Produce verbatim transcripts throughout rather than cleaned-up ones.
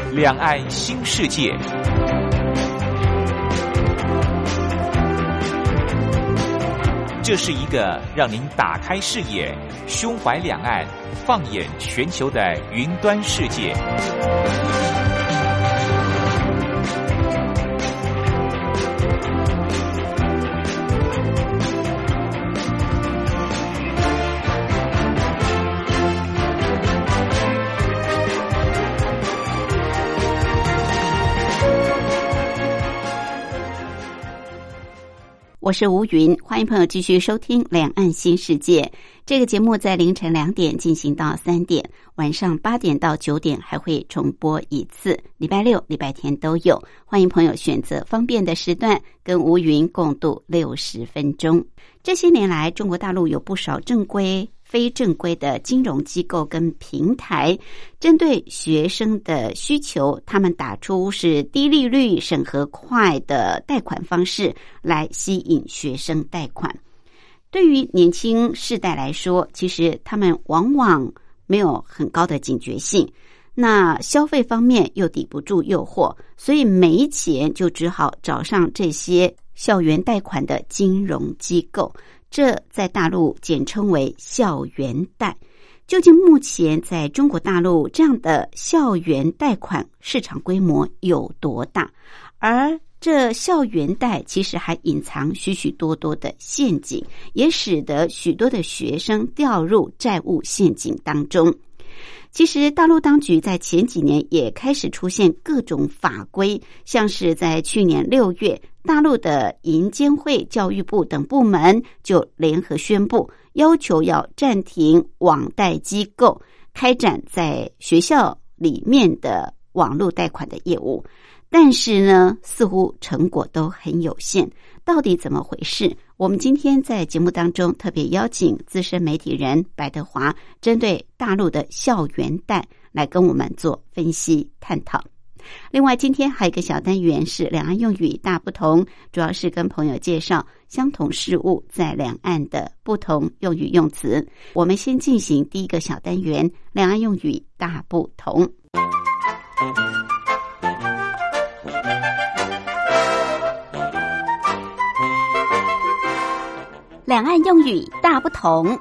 两岸新世界。这是一个让您打开视野、胸怀两岸、放眼全球的云端世界。 我是吴云，欢迎朋友继续收听两岸新世界。这个节目在凌晨两点进行到三点，晚上八点到九点还会重播一次，礼拜六、礼拜天都有。欢迎朋友选择方便的时段，跟吴云共度六十分钟。这些年来，中国大陆有不少正规、非正规的金融机构跟平台，针对学生的需求，他们打出是低利率、审核快的贷款方式来吸引学生贷款。对于年轻世代来说，其实他们往往没有很高的警觉性，那消费方面又抵不住诱惑，所以没钱就只好找上这些校园贷款的金融机构，这在大陆简称为校园贷。究竟目前在中国大陆这样的校园贷款市场规模有多大？而这校园贷其实还隐藏许许多多的陷阱，也使得许多的学生掉入债务陷阱当中。其实大陆当局在前几年也开始出现各种法规，像是在去年六月，大陆的银监会、教育部等部门就联合宣布，要求要暂停网贷机构开展在学校里面的网络贷款的业务。但是呢，似乎成果都很有限。到底怎么回事？我们今天在节目当中特别邀请资深媒体人白德华，针对大陆的校园贷来跟我们做分析探讨。另外，今天还有一个小单元是两岸用语大不同，主要是跟朋友介绍相同事物在两岸的不同用语用词。我们先进行第一个小单元，两岸用语大不同。两岸用语大不同。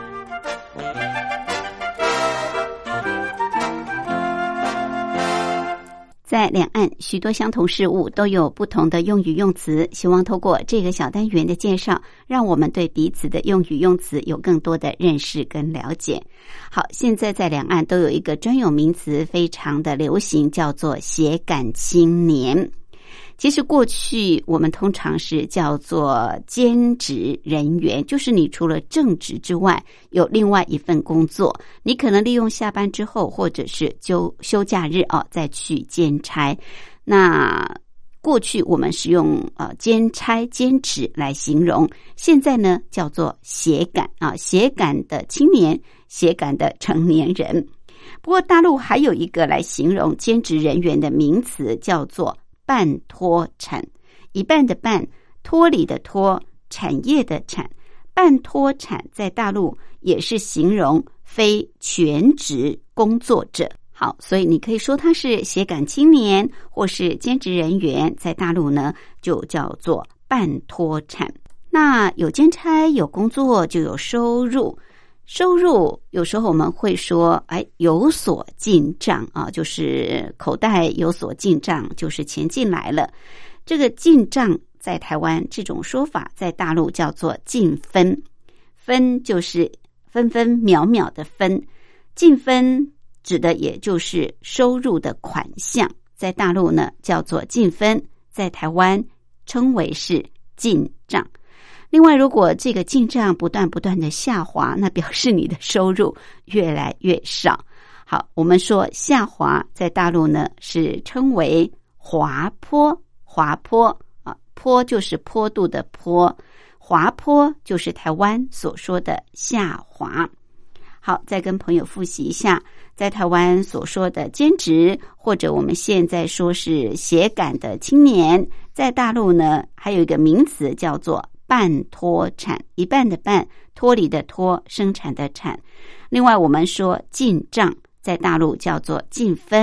在两岸，许多相同事物都有不同的用语用词，希望透过这个小单元的介绍，让我们对彼此的用语用词有更多的认识跟了解。好，现在在两岸都有一个专有名词非常的流行，叫做协感青年。其实过去我们通常是叫做兼职人员，就是你除了正职之外有另外一份工作，你可能利用下班之后或者是休休假日哦再去兼差。那过去我们是用呃兼差兼职来形容，现在呢叫做协感啊，协感的青年，协感的成年人。不过大陆还有一个来形容兼职人员的名词，叫做半脱产，一半的半，脱离的脱，产业的产。半脱产在大陆也是形容非全职工作者。好，所以你可以说他是协感青年或是兼职人员，在大陆呢就叫做半脱产。那有兼差有工作就有收入，收入有时候我们会说哎，有所进账啊，就是口袋有所进账，就是钱进来了。这个进账在台湾这种说法，在大陆叫做进分，分就是分分秒秒的分，进分指的也就是收入的款项，在大陆呢叫做进分，在台湾称为是进账。另外，如果这个进账不断不断的下滑，那表示你的收入越来越少。好，我们说下滑在大陆呢是称为滑坡，滑坡啊，坡就是坡度的坡，滑坡就是台湾所说的下滑。好，再跟朋友复习一下，在台湾所说的兼职，或者我们现在说是协感的青年，在大陆呢还有一个名词叫做半脱产，一半的半，脱离的脱，生产的产。另外我们说进账，在大陆叫做进分，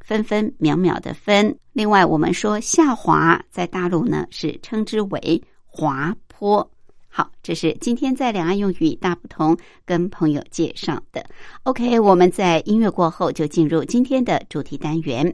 分分秒秒的分。另外我们说下滑在大陆呢是称之为滑坡。好，这是今天在两岸用语大不同跟朋友介绍的。 OK， 我们在音乐过后就进入今天的主题单元。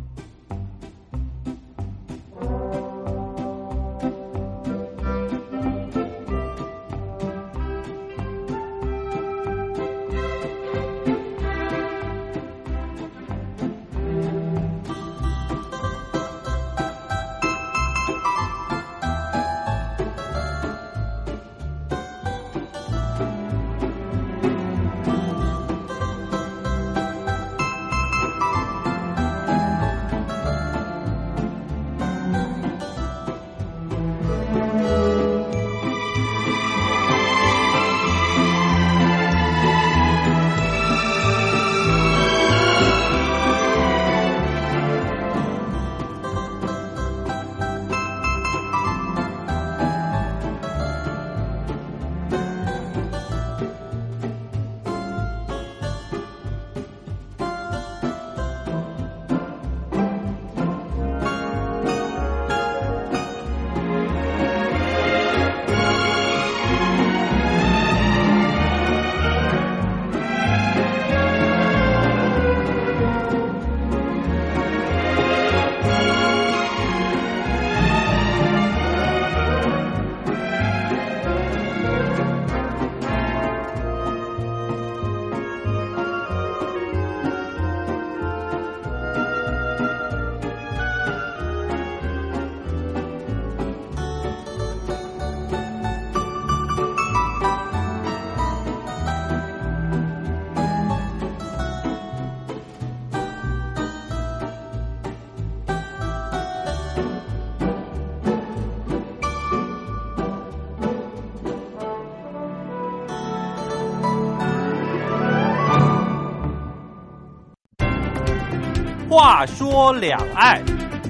话说两岸，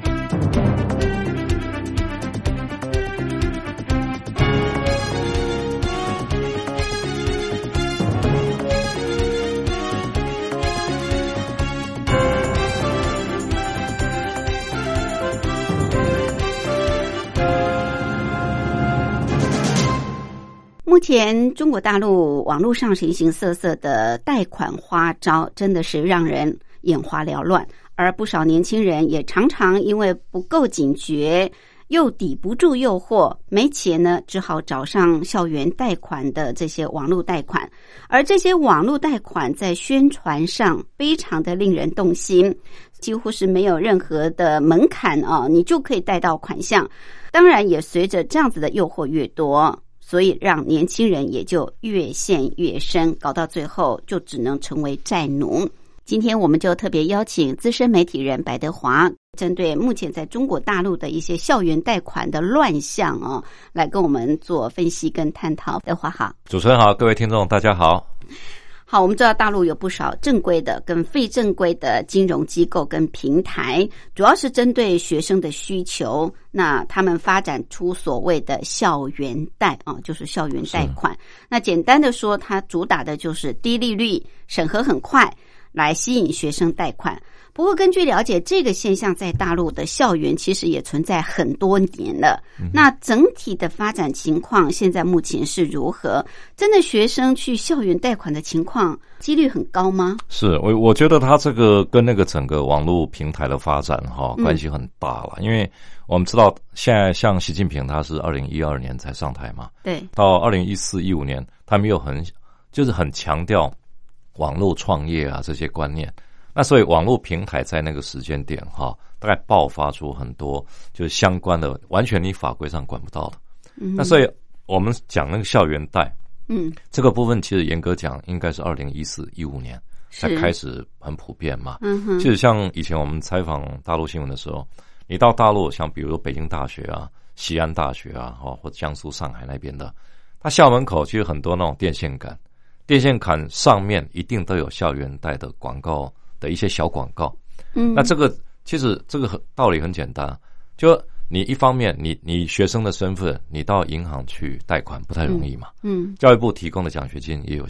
目前中国大陆网络上形形色色的贷款花招，真的是让人眼花缭乱，而不少年轻人也常常因为不够警觉，又抵不住诱惑，没钱呢，只好找上校园贷款的这些网络贷款。而这些网络贷款在宣传上非常的令人动心，几乎是没有任何的门槛啊，你就可以贷到款项。当然也随着这样子的诱惑越多，所以让年轻人也就越陷越深，搞到最后就只能成为债奴。今天我们就特别邀请资深媒体人白德华，针对目前在中国大陆的一些校园贷款的乱象哦，来跟我们做分析跟探讨。德华好。 主持人好，各位听众大家好。 好，我们知道大陆有不少正规的跟非正规的金融机构跟平台，主要是针对学生的需求，那他们发展出所谓的校园贷啊，就是校园贷款。那简单的说，它主打的就是低利率、审核很快，来吸引学生贷款。不过根据了解，这个现象在大陆的校园其实也存在很多年了。嗯、那整体的发展情况现在目前是如何？真的学生去校园贷款的情况几率很高吗？ 是，我我觉得它这个跟那个整个网络平台的发展哈关系很大了、嗯，因为我们知道现在像习近平他是二零一二年才上台嘛， 对， 到二零一四一五年他们又很就是很强调网络创业啊这些观念。那所以网络平台在那个时间点哈，大概爆发出很多就是相关的完全你法规上管不到的。嗯、那所以我们讲那个校园贷，嗯，这个部分其实严格讲应该是二零一四一五年才开始很普遍嘛。嗯哼，其实像以前我们采访大陆新闻的时候，你到大陆像比如说北京大学啊、西安大学啊，或江苏、上海那边的，它校门口其实很多那种电线杆，电线杆上面一定都有校园贷的广告。的一些小广告，嗯，那这个其实这个道理很简单，就你一方面你你学生的身份，你到银行去贷款不太容易嘛，嗯，嗯教育部提供的奖学金也有限，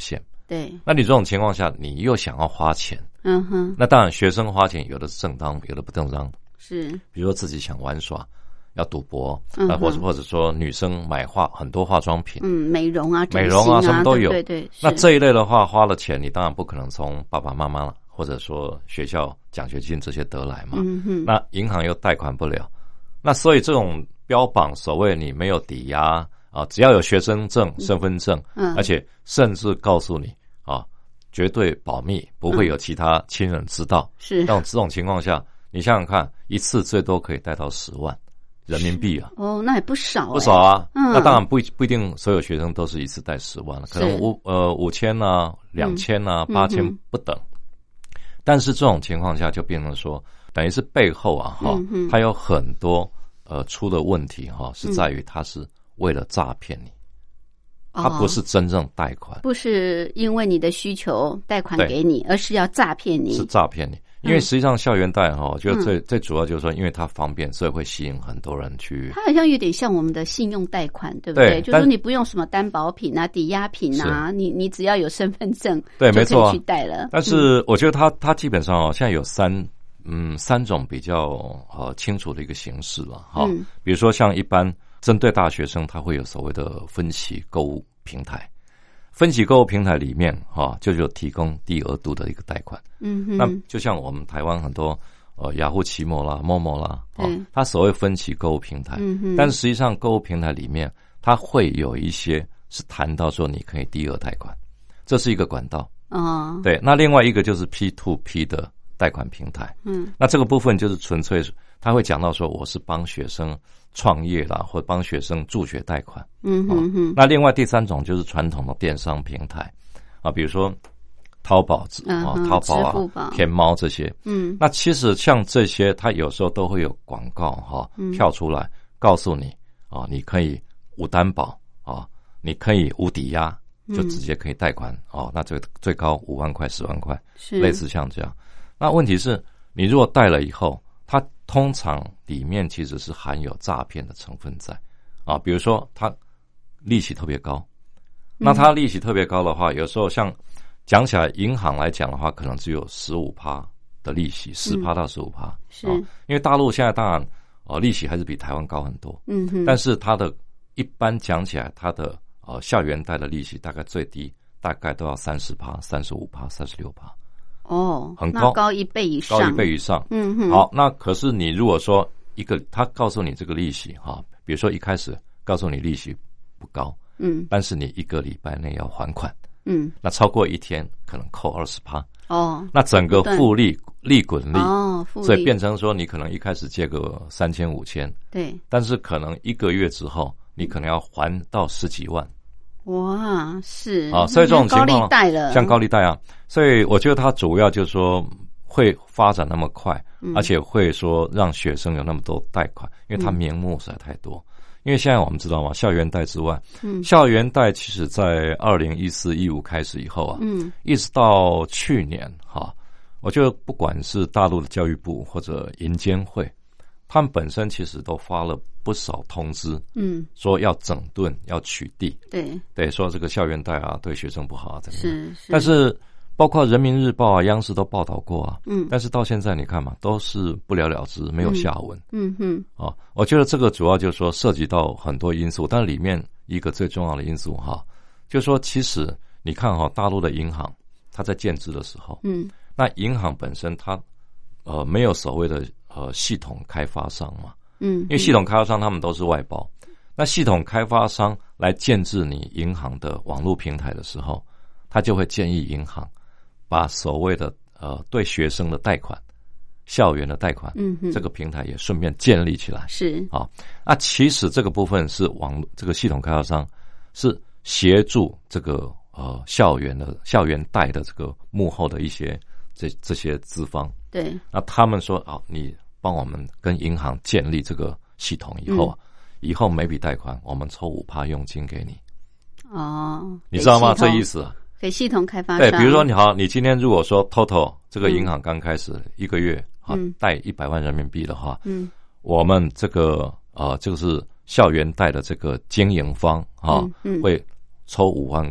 对， 那你这种情况下，你又想要花钱， 嗯哼， 那当然学生花钱有的是正当，有的不正当， 是， 比如说自己想玩耍，要赌博， 嗯那或者或者说女生买化很多化妆品， 嗯，美容啊， 美容啊， 整形啊什么都有。 对对对， 那这一类的话，花了钱，你当然不可能从爸爸妈妈或者说学校奖学金这些得来嘛。 嗯哼， 那银行又贷款不了，那所以这种标榜所谓你没有抵押啊，只要有学生证、身份证， 嗯， 而且甚至告诉你啊，绝对保密，不会有其他亲人知道。 是， 那种这种情况下，你想想看，一次最多可以贷到十万人民币啊。 哦，那也不少、欸， 不少啊。 嗯， 那当然不不一定所有学生都是一次贷十万了，可能五呃五千啊、两千啊、八千不等。但是这种情况下就变成说，等于是背后啊哈， 嗯、 它有很多呃出的问题哈，是在于它是为了诈骗你。它不是真正贷款， 哦，不是因为你的需求贷款给你，而是要诈骗你， 是诈骗你。因为实际上校园贷哈，我觉得最、嗯、最主要就是说，因为它方便，所以会吸引很多人去。 它好像有点像我们的信用贷款，对不对？对，就是说你不用什么担保品啊、抵押品啊，你你只要有身份证， 对，没错， 去贷了。 但是我觉得它它基本上哦，现在有三嗯三种比较呃清楚的一个形式了哈。嗯、比如说像一般针对大学生，它会有所谓的分期购物平台。分期购物平台里面哈，就有提供低额度的一个贷款。 嗯哼， 那就像我们台湾很多呃雅虎奇摩啦、某某啦，哦，它所谓分期购物平台， 嗯哼， 但是实际上购物平台里面它会有一些是谈到说你可以低额贷款，这是一个管道。 哦， 对，那另外一个就是 P to P 的贷款平台。 嗯， 那这个部分就是纯粹他会讲到说我是帮学生创业啦，或帮学生助学贷款。 嗯哼哼、 哦。那另外第三种就是传统的电商平台啊，比如说淘宝嗯、 啊、淘宝啊、天猫这些。 嗯， 那其实像这些，它有时候都会有广告哈、啊嗯、跳出来，告诉你啊，你可以无担保啊，你可以无抵押，就直接可以贷款哦、啊。那这个最高五万块、十万块，类似像这样。那问题是，你如果贷了以后，它通常里面其实是含有诈骗的成分在啊，比如说它利息特别高，那它利息特别高的话，有时候像讲起来银行来讲的话，可能只有 百分之十五 的利息， 百分之十 到 百分之十五 啊，因为大陆现在当然呃利息还是比台湾高很多， 嗯哼， 但是它的一般讲起来，它的呃校园贷的利息大概最低大概都要 百分之三十、百分之三十五、百分之三十六。 哦， 很高， 高一倍以上， 高一倍以上。 嗯哼。 好，那可是你如果说一个，他告诉你这个利息哈，比如说一开始告诉你利息不高， 嗯， 但是你一个礼拜内要还款， 嗯， 那超过一天可能扣二十趴， 哦， 那整个复利利滚利， 哦，复利， 所以变成说你可能一开始借个三千五千， 对， 但是可能一个月之后，你可能要还到十几万。 哇，是啊，所以这种情况高利贷了， 像高利贷啊，所以我觉得它主要就是说会发展那么快， 嗯、 而且会说让学生有那么多贷款，因为它名目实在太多。嗯、因为现在我们知道嘛，校园贷之外， 嗯， 校园贷其实在二零一四一五开始以后啊， 嗯， 一直到去年哈，我觉得不管是大陆的教育部或者银监会，他们本身其实都发了不少通知， 嗯，说要整顿，要取缔， 对对，说这个校园贷啊，对学生不好啊，怎么样？ 是是。 但是包括人民日报啊、央视都报道过啊， 嗯， 但是到现在你看嘛，都是不了了之，没有下文。 嗯哼， 啊，我觉得这个主要就是说涉及到很多因素，但里面一个最重要的因素哈，就是说其实你看哈，大陆的银行它在建制的时候， 嗯， 那银行本身它呃没有所谓的呃系统开发商嘛。 嗯， 因为系统开发商他们都是外包，那系统开发商来建制你银行的网络平台的时候，他就会建议银行把所谓的呃对学生的贷款、校园的贷款， 嗯哼， 这个平台也顺便建立起来。 是啊，那其实这个部分是网这个系统开发商是协助这个呃校园的校园贷的这个幕后的一些这这些资方。 对， 那他们说啊，你帮我们跟银行建立这个系统以后啊，嗯、以后每笔贷款我们抽五趴佣金给你。 哦， 你知道吗？这意思？ 给系统开发商。 对，比如说你好，你今天如果说 total 这个银行刚开始、嗯、一个月啊贷一百万人民币的话， 嗯， 我们这个呃这个是校园贷的这个经营方啊、 嗯嗯、 会抽五万块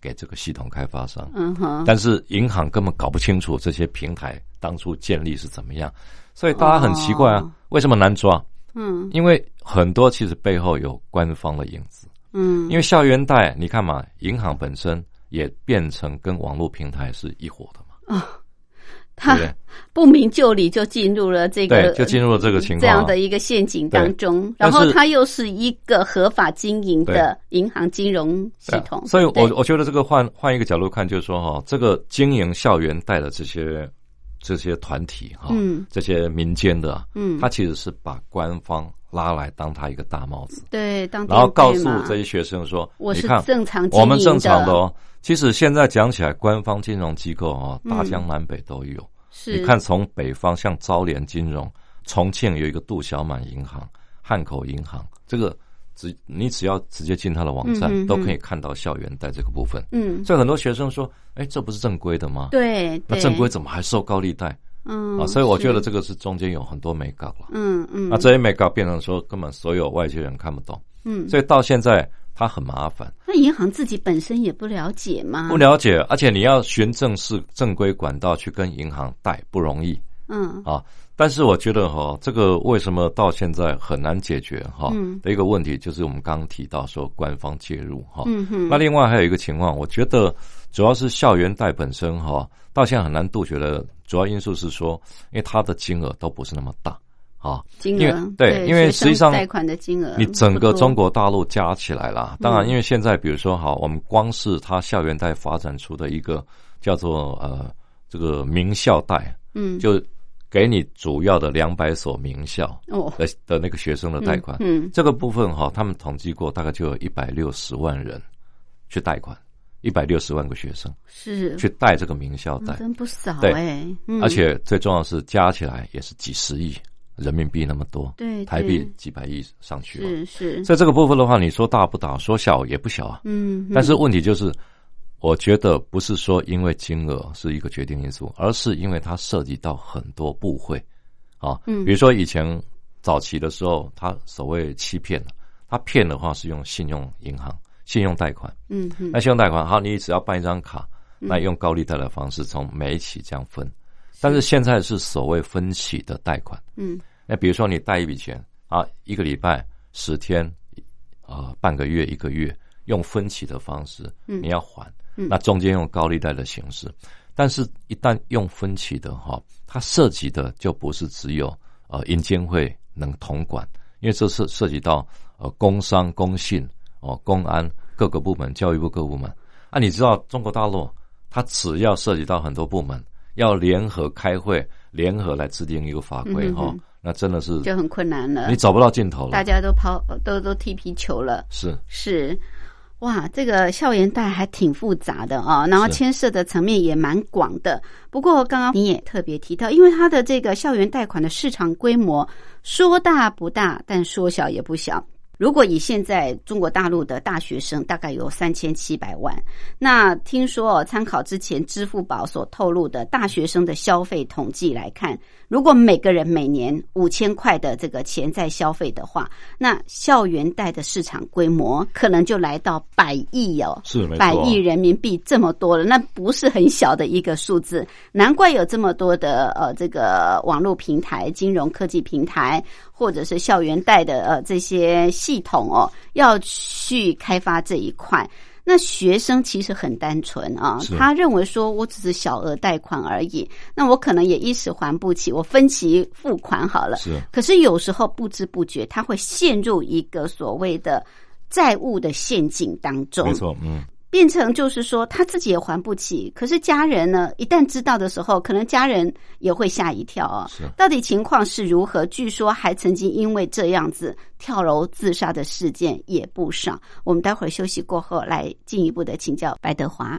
给这个系统开发商。 嗯哼， 但是银行根本搞不清楚这些平台当初建立是怎么样，所以大家很奇怪啊，哦、为什么难抓？嗯，因为很多其实背后有官方的影子。嗯，因为校园贷，你看嘛，银行本身也变成跟网络平台是一伙的嘛。哦， 他不明就里就进入了这个， 对，就进入了这个情况， 这样的一个陷阱当中。然后它又是一个合法经营的银行金融系统， 所以我我觉得这个换换一个角度看，就是说哈，这个经营校园贷的这些这些团体哈，嗯，这些民间的，嗯，它其实是把官方拉来当他一个大帽子， 对，当然后告诉这些学生说， 我是正常经营的， 我们正常的哦。其实现在讲起来，官方金融机构哦，大江南北都有。嗯，是，你看从北方像招联金融，重庆有一个杜小满银行、汉口银行，这个只你只要直接进他的网站，嗯，都可以看到校园贷这个部分。嗯，所以很多学生说，哎，这不是正规的吗？ 对， 那正规怎么还收高利贷？嗯，啊，所以我觉得这个是中间有很多美感了。嗯嗯，那这些美感变成说根本所有外界人看不懂。嗯，所以到现在它很麻烦。 那银行自己本身也不了解吗？ 不了解，而且你要循正式正规管道去跟银行贷不容易。嗯，啊，但是我觉得哈，这个为什么到现在很难解决哈？嗯，的一个问题就是我们刚刚提到说官方介入哈。嗯哼。那另外还有一个情况，我觉得主要是校园贷本身哈，到现在很难杜绝的主要因素是说，因为它的金额都不是那么大。啊， 金额对，因为实际上贷款的金额， 你整个中国大陆加起来啦，当然，因为现在比如说，好，我们光是它校园贷发展出的一个叫做呃这个名校贷，嗯，就给你主要的两百所名校哦的的那个学生的贷款，嗯，这个部分哈，他们统计过，大概就有一百六十万人去贷款。一百六十万个学生是去贷这个名校贷， 嗯，真不少对， 欸嗯， 而且最重要的是加起来也是几十亿人民币那么多， 对， 台币几百亿上去了， 是是。 在这个部分的话，你说大不大，说小也不小啊，嗯。但是问题就是，我觉得不是说因为金额是一个决定因素，而是因为它涉及到很多部会啊，嗯，比如说以前早期的时候，他所谓欺骗了，他骗的话是用信用银行。信用贷款，嗯，那信用贷款好，你只要办一张卡，那用高利贷的方式从每一期这样分，但是现在是所谓分期的贷款，嗯，那比如说你贷一笔钱啊，一个礼拜、十天，啊、呃，半个月、一个月，用分期的方式，你要还，嗯，那中间用高利贷的形式，但是一旦用分期的哈，它涉及的就不是只有呃银监会能统管，因为这是涉及到呃工商、工信。哦，公安各个部门，教育部各部门啊，你知道中国大陆，它只要涉及到很多部门，要联合开会，联合来制定一个法规哈、嗯哦，那真的是就很困难了， 你找不到尽头了， 大家都抛都都踢皮球了， 是是，哇，这个校园贷还挺复杂的啊、哦，然后牵涉的层面也蛮广的。不过刚刚你也特别提到，因为它的这个校园贷款的市场规模说大不大，但说小也不小。如果以现在中国大陆的大学生大概有三千七百万，那听说哦，参考之前支付宝所透露的大学生的消费统计来看，如果每个人每年五千块的这个钱在消费的话，那校园贷的市场规模可能就来到百亿哦， 是没错， 百亿人民币这么多了，那不是很小的一个数字，难怪有这么多的呃这个网络平台、金融科技平台。或者是校园贷的呃这些系统哦，要去开发这一块。那学生其实很单纯啊，他认为说我只是小额贷款而已，那我可能也一时还不起，我分期付款好了。 是， 可是有时候不知不觉他会陷入一个所谓的债务的陷阱当中。 没错，嗯。 变成就是说他自己也还不起，可是家人呢一旦知道的时候，可能家人也会吓一跳啊。 是， 到底情况是如何？据说还曾经因为这样子跳楼自杀的事件也不少。我们待会儿休息过后来进一步的请教白德华。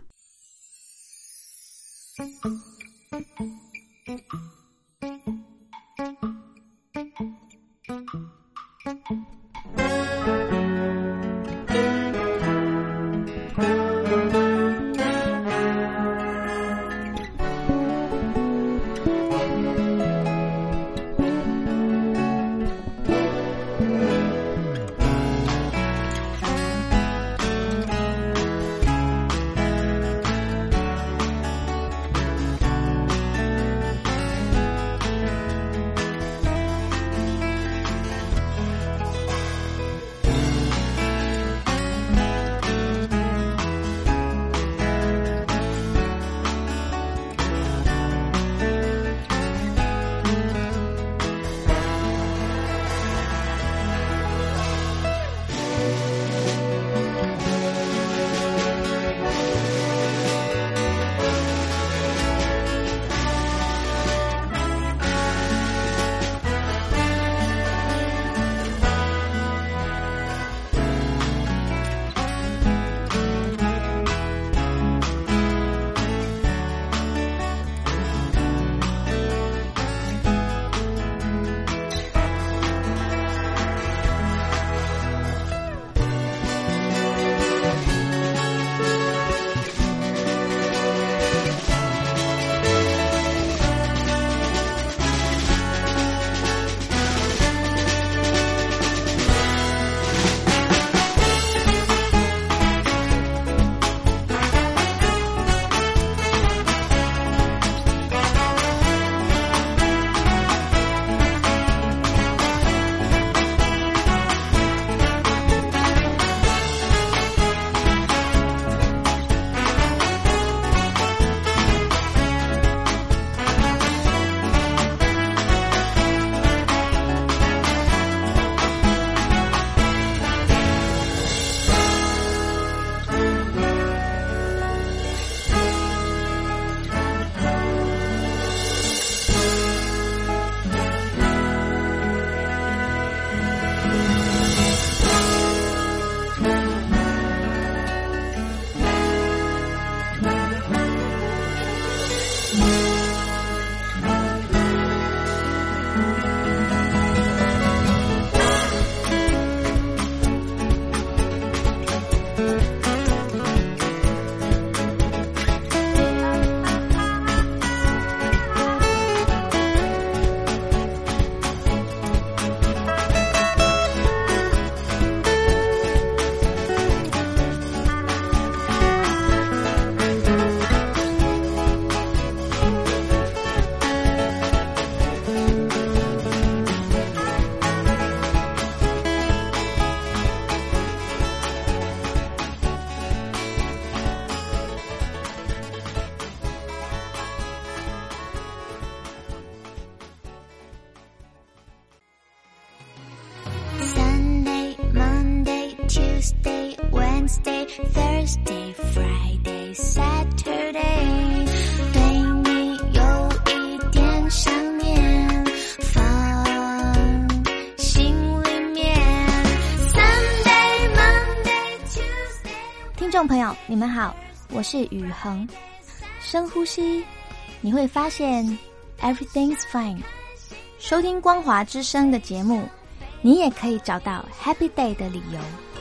Tuesday, Wednesday, Thursday, Friday, Saturday， 对你有一点想念，放心里面。Sunday, Monday, Tuesday。 听众朋友，你们好，我是雨恒。深呼吸，你会发现 everything's fine。收听光华之声的节目，你也可以找到 Happy Day 的理由。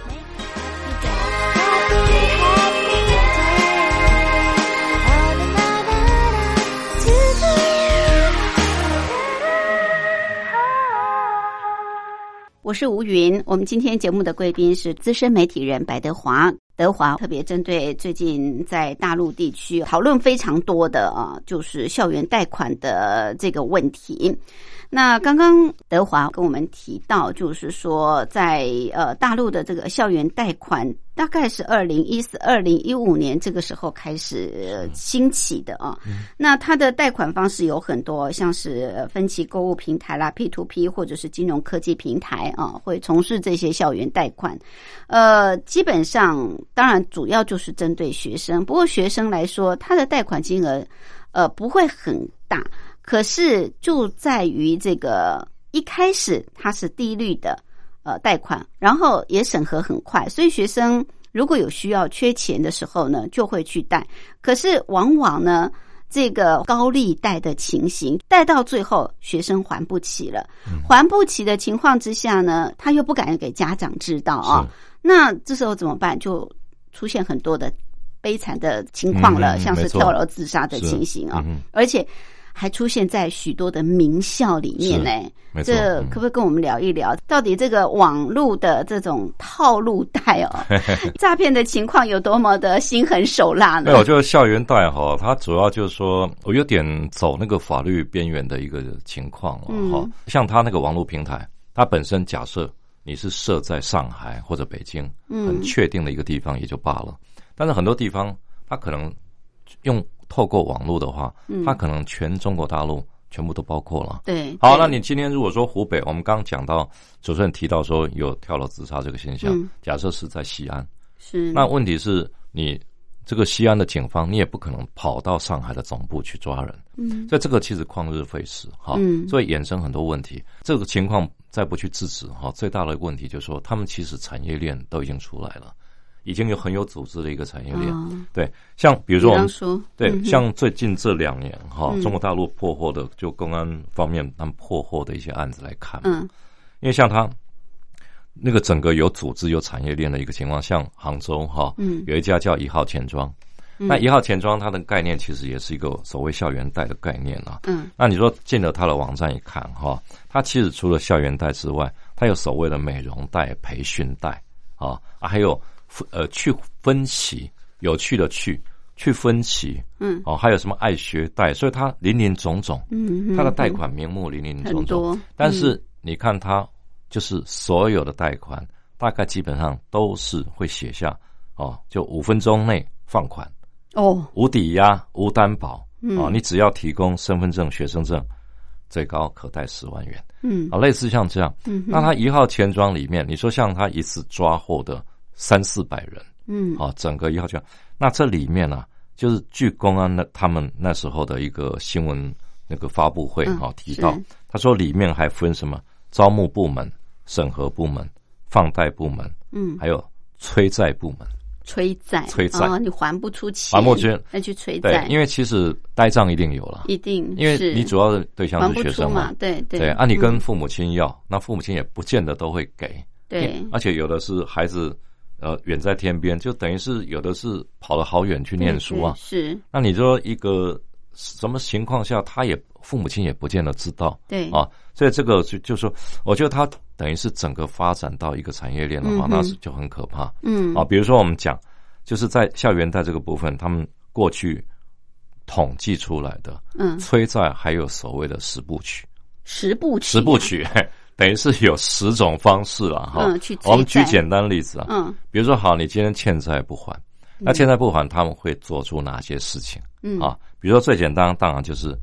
我是吴云，我们今天节目的贵宾是资深媒体人白德华。德华特别针对最近在大陆地区讨论非常多的啊，就是校园贷款的这个问题。那刚刚德华跟我们提到，就是说在呃大陆的这个校园贷款大概是二零一四、二零一五年这个时候开始、呃、兴起的啊。嗯、那它的贷款方式有很多，像是分期购物平台啦、P to P 或者是金融科技平台啊，会从事这些校园贷款。呃，基本上当然主要就是针对学生，不过学生来说，他的贷款金额呃不会很大。可是就在于这个一开始它是低率的呃贷款，然后也审核很快，所以学生如果有需要缺钱的时候呢，就会去贷。可是往往呢，这个高利贷的情形，贷到最后学生还不起了，嗯、还不起的情况之下呢，他又不敢给家长知道啊，那这时候怎么办？就出现很多的悲惨的情况了，嗯、像是跳楼自杀的情形啊，嗯、而且还出现在许多的名校里面呢，这可不可以跟我们聊一聊，到底这个网络的这种套路贷哦，诈骗的情况有多么的心狠手辣呢？ 没有，就是校园贷哈，它主要就是说，我有点走那个法律边缘的一个情况了哈。嗯、像它那个网络平台，它本身假设你是设在上海或者北京，很确定的一个地方也就罢了，嗯、但是很多地方它可能用透过网络的话，嗯、它可能全中国大陆全部都包括了。 对， 好，那你今天如果说湖北，我们刚刚讲到主持人提到说有跳楼自杀这个现象，嗯、假设是在西安， 是那问题是你这个西安的警方，你也不可能跑到上海的总部去抓人，嗯，所以这个其实旷日费时哈，嗯，所以衍生很多问题。这个情况再不去制止哈，最大的问题就是说，他们其实产业链都已经出来了。已经有很有组织的一个产业链，哦、对，像比如说我们说对，嗯、像最近这两年哈，嗯、中国大陆破获的，就公安方面他们破获的一些案子来看，嗯，因为像他那个整个有组织有产业链的一个情况，像杭州哈，嗯，有一家叫一号钱庄，嗯、那一号钱庄它的概念其实也是一个所谓校园贷的概念啊，嗯，那你说进了它的网站一看哈，它其实除了校园贷之外，它有所谓的美容贷、培训贷啊，还有。呃，去分期，有趣的去去分期，嗯，哦，还有什么爱学贷，所以它林林总总，嗯，它的贷款名目林林总总，嗯、但是你看它就是所有的贷款，大概基本上都是会写下哦，就五分钟内放款，哦，无抵押、无担保，嗯、哦，你只要提供身份证、学生证，最高可贷十万元，嗯，啊，类似像这样，嗯，那它一号钱庄里面，你说像他一次抓获的。三四百人，嗯，啊，整个一号钱，那这里面呢、啊，就是据公安的他们那时候的一个新闻那个发布会啊、嗯、提到，他说里面还分什么招募部门、审核部门、放贷部门，嗯，还有催债部门。 催债， 催债、 哦，你还不出钱， 还不出钱， 要去催债。 对，因为其实呆账一定有了， 一定， 因为你主要的对象是学生嘛， 嘛对对。 对，啊，你跟父母亲要，嗯、那父母亲也不见得都会给， 对， 而且有的是孩子。呃，远在天边，就等于是有的是跑了好远去念书啊。 是。 那你说一个什么情况下，他也父母亲也不见得知道。 对。 啊，所以这个就就说，我觉得它等于是整个发展到一个产业链的话，嗯、那是就很可怕。嗯。啊，比如说我们讲，就是在校园贷这个部分，他们过去统计出来的，嗯，催债还有所谓的十部曲。 十部曲、啊。 十部曲。等于是有十种方式了哈，嗯，去我们举简单例子啊，嗯，比如说好，你今天欠债不还，嗯、那欠债不还他们会做出哪些事情？嗯啊，比如说最简单，当然就是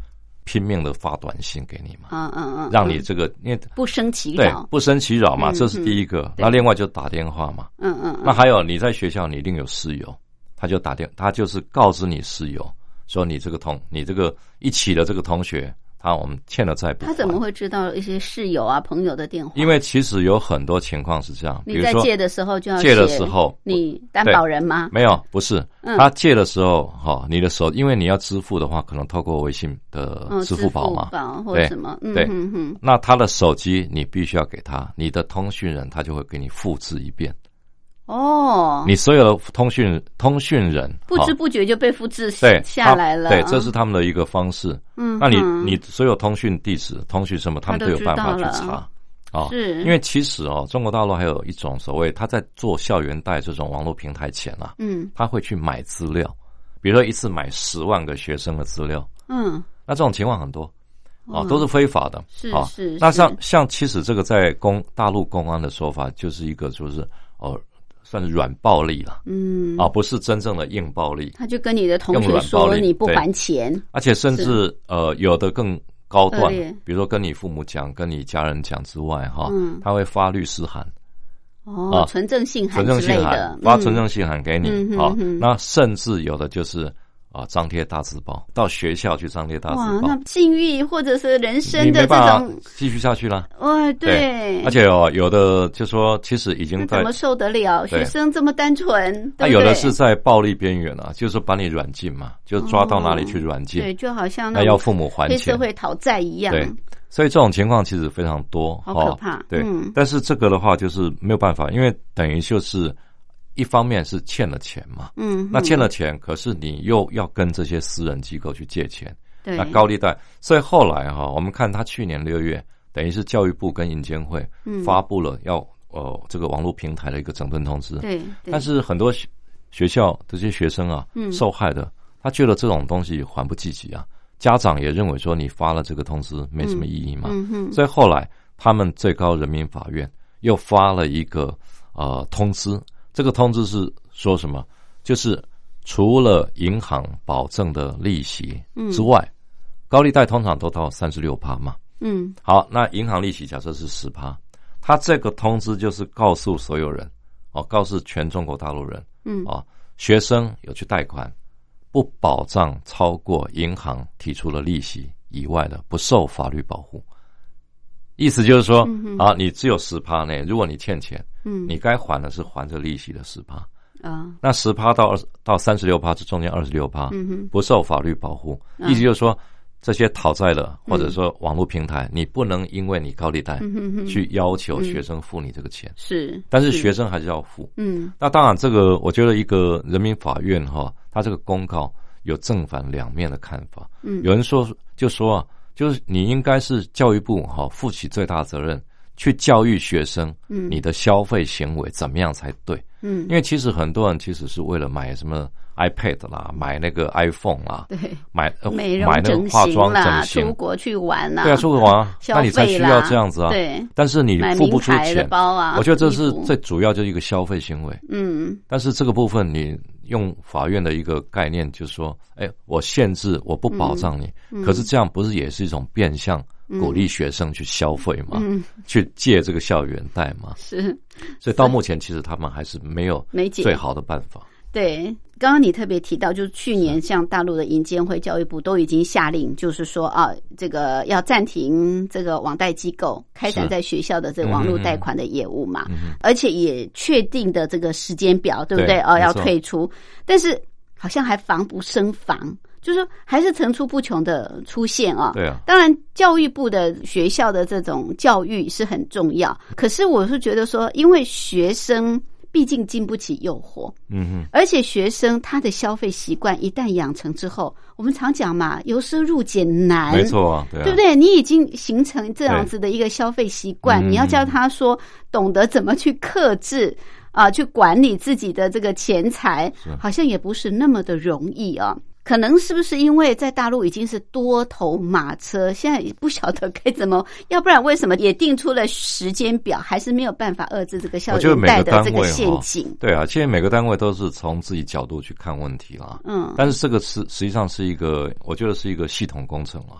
拼命的发短信给你嘛， 嗯嗯嗯， 让你这个因为不生其对扰， 不生其扰嘛， 嗯这是第一个。那另外就打电话嘛， 嗯嗯嗯， 那还有你在学校你一定有室友，他就打电，他就是告知你室友说你这个同你这个一起的这个同学，他我们欠了债不还。 他怎么会知道一些室友啊朋友的电话？ 因为其实有很多情况是这样，比如说你在借的时候就要借的时候， 你担保人吗？ 没有，不是， 嗯他借的时候，哈，你的手，因为你要支付的话，可能透过微信的嗯， 支付宝嘛， 支付宝或者什么，嗯对， 哼哼， 那他的手机你必须要给他，你的通讯人他就会给你复制一遍。 哦， 你所有的通讯通讯人不知不觉就被复制对下来了， 对，这是他们的一个方式。 嗯， 那你你所有通讯地址、通讯什么，他们都有办法去查。哦， 是， 因为其实哦，中国大陆还有一种所谓他在做校园贷这种网络平台前啊， 嗯， 他会去买资料，比如说一次买十万个学生的资料， 嗯， 那这种情况很多。哦，都是非法的。 是哦、 是。 那像像其实这个在公大陆公安的说法，就是一个就是哦，算是软暴力了。嗯。啊，不是真正的硬暴力。 他就跟你的同学说你不还钱， 而且甚至呃有的更高段，比如说跟你父母讲、跟你家人讲之外，哈、哦，嗯、他会发律师函。 哦，存证信函之类的，存证信函发存证信函给你。 嗯、 好、嗯哦，那甚至有的就是。啊，张贴大字报，到学校去张贴大字报。 哇，那境遇或者是人生的这种继续下去了。 哦，对。 对而且哦，有的就说，其实已经在怎么受得了？学生这么单纯，对不对？ 有的是在暴力边缘啊，就是把你软禁嘛，就抓到哪里去软禁。 哦、对，就好像那要父母还钱， 黑社会讨债一样。 对，所以这种情况其实非常多， 好可怕。 哦、对、 嗯， 但是这个的话就是没有办法，因为等于就是。一方面是欠了钱嘛，嗯，那欠了钱，可是你又要跟这些私人机构去借钱， 对， 那高利贷，所以后来哈，我们看他去年六月，等于是教育部跟银监会发布了要呃这个网络平台的一个整顿通知， 对， 但是很多学校这些学生啊，嗯，受害的，他觉得这种东西缓不济急啊，家长也认为说你发了这个通知没什么意义嘛，嗯哼，所以后来他们最高人民法院又发了一个呃通知。这个通知是说什么？就是除了银行保证的利息之外，嗯、高利贷通常都到 百分之三十六 嘛。嗯，好，那银行利息假设是 百分之十， 他这个通知就是告诉所有人，哦，告诉全中国大陆人，嗯，哦，学生有去贷款，不保障超过银行提出的利息以外的，不受法律保护。意思就是说，嗯、啊，你只有 百分之十 内，如果你欠钱，嗯，你该还的是还这利息的 百分之十 啊，那 百分之十 到二十到 百分之三十六 这中间 百分之二十六，嗯，不受法律保护。嗯、意思就是说，这些讨债的或者说网络平台，嗯、你不能因为你高利贷去要求学生付你这个钱，是、嗯，但是学生还是要付。嗯，那当然，这个我觉得一个人民法院哈，他这个公告有正反两面的看法。嗯，有人说就说啊。就是你应该是教育部哈负起最大责任，去教育学生，嗯，你的消费行为怎么样才对，嗯，因为其实很多人其实是为了买什么 iPad 啦，买那个 iPhone 啦，对，买呃美容买那个化妆整形， 出国去玩啦， 对啊，出国玩，那你才需要这样子啊， 对， 但是你付不出钱， 包啊， 我觉得这是最主要就是一个消费行为，嗯，但是这个部分你。用法院的一个概念就是说，哎，我限制，我不保障你，嗯嗯、可是这样不是也是一种变相鼓励学生去消费吗？嗯、去借这个校园贷吗？是，所以到目前其实他们还是没有最好的办法。 对，刚刚你特别提到，就是去年像大陆的银监会、教育部都已经下令，就是说啊，这个要暂停这个网贷机构开展在学校的这个网络贷款的业务嘛，嗯、而且也确定的这个时间表，对不对？哦，要退出，但是好像还防不胜防。就是说还是层出不穷的出现啊。 对啊。 当然教育部的学校的这种教育是很重要，可是我是觉得说，因为学生毕竟经不起诱惑，嗯哼，而且学生他的消费习惯一旦养成之后，我们常讲嘛，由奢入俭难， 没错啊，对啊， 对不对？你已经形成这样子的一个消费习惯，你要叫他说懂得怎么去克制啊，去管理自己的这个钱财，好像也不是那么的容易啊。可能是不是因为在大陆已经是多头马车，现在也不晓得该怎么，要不然为什么也定出了时间表，还是没有办法遏制这个校园贷的这个陷阱？ 对啊，其实每个单位都是从自己角度去看问题啦。嗯，但是这个是实际上是一个，我觉得是一个系统工程啦。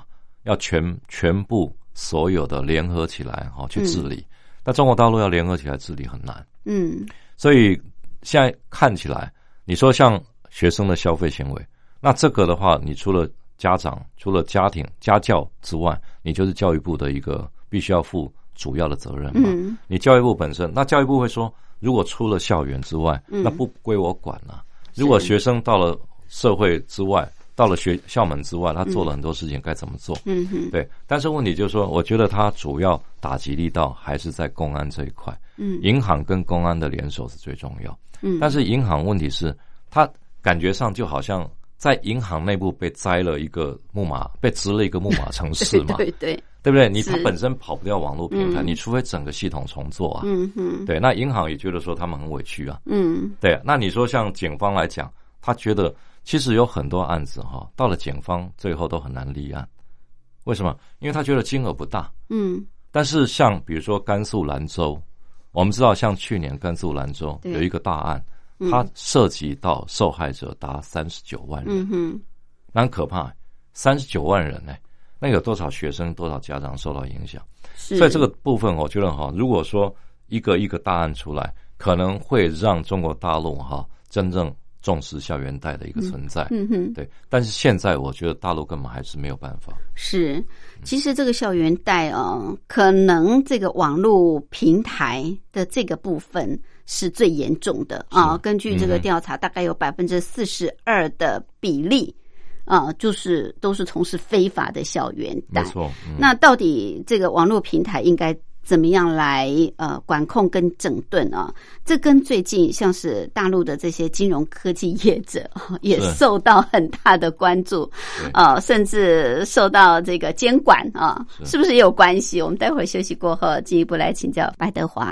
要全全部所有的联合起来哈去治理。嗯，但中国大陆要联合起来治理很难。嗯，所以现在看起来，你说像学生的消费行为，那这个的话，你除了家长、除了家庭家教之外，你就是教育部的一个必须要负主要的责任嘛。嗯，你教育部本身，那教育部会说，如果出了校园之外，嗯，那不归我管了。如果学生到了社会之外，到了学校门之外，他做了很多事情，该怎么做？嗯哼，对。但是问题就是说，我觉得他主要打击力道还是在公安这一块。嗯，银行跟公安的联手是最重要。嗯，但是银行问题是，他感觉上就好像在银行内部被摘了一个木马，被植了一个木马程式嘛。对对对，对不对？你他本身跑不掉网络平台，嗯，你除非整个系统重做啊。嗯哼，对。那银行也觉得说他们很委屈啊。嗯，对。那你说像警方来讲，他觉得。其实有很多案子哈，到了警方最后都很难立案，为什么？因为他觉得金额不大。嗯，但是像比如说甘肃兰州，我们知道像去年甘肃兰州有一个大案，它涉及到受害者达三十九万人，嗯哼，那很可怕，三十九万人呢，那有多少学生、多少家长受到影响？所以这个部分我觉得哈，如果说一个一个大案出来，可能会让中国大陆哈真正重视校园贷的一个存在。嗯哼，对。但是现在我觉得大陆根本还是没有办法。是，其实这个校园贷啊，可能这个网络平台的这个部分是最严重的啊。根据这个调查，大概有百分之四十二的比例啊，就是都是从事非法的校园贷。没错。嗯，那到底这个网络平台应该怎么样来呃管控跟整顿啊？这跟最近像是大陆的这些金融科技业者也受到很大的关注，呃，甚至受到这个监管啊，是不是也有关系？我们待会儿休息过后进一步来请教白德华。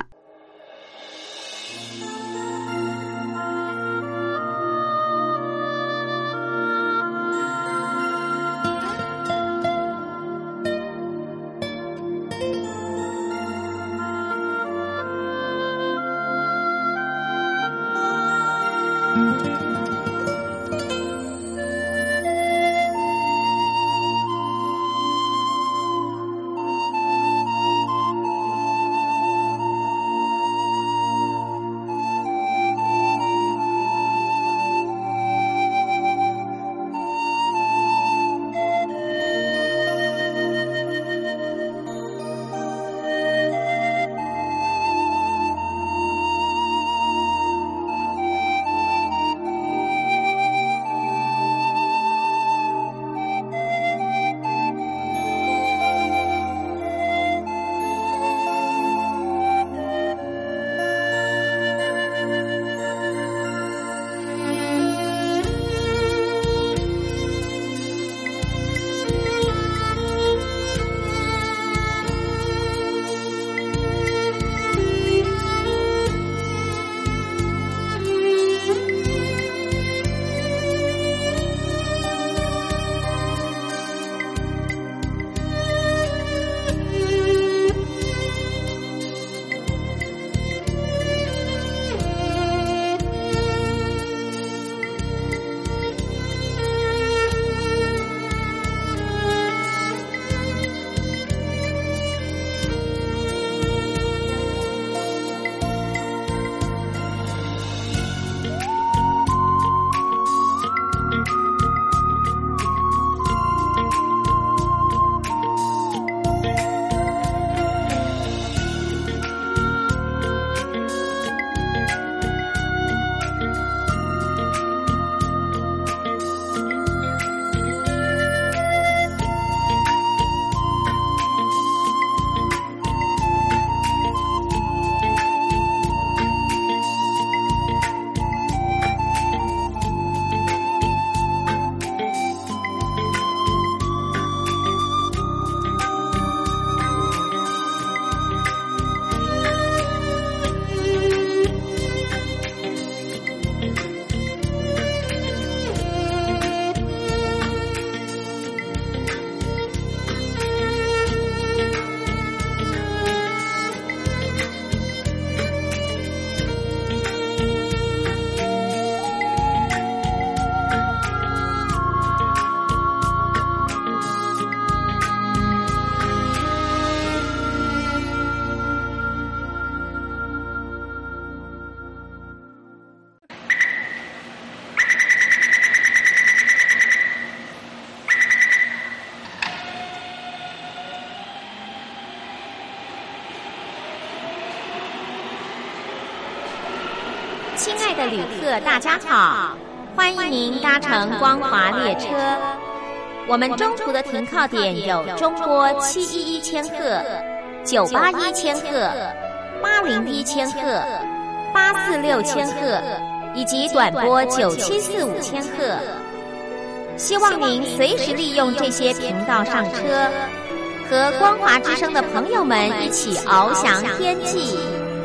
爱的旅客，大家好，欢迎您搭乘光华列车。我们中途的停靠点有中波七一一千赫、九八一千赫、八零一千赫、八四六千赫，以及短波九七四五千赫。希望您随时利用这些频道上车，和光华之声的朋友们一起翱翔天际。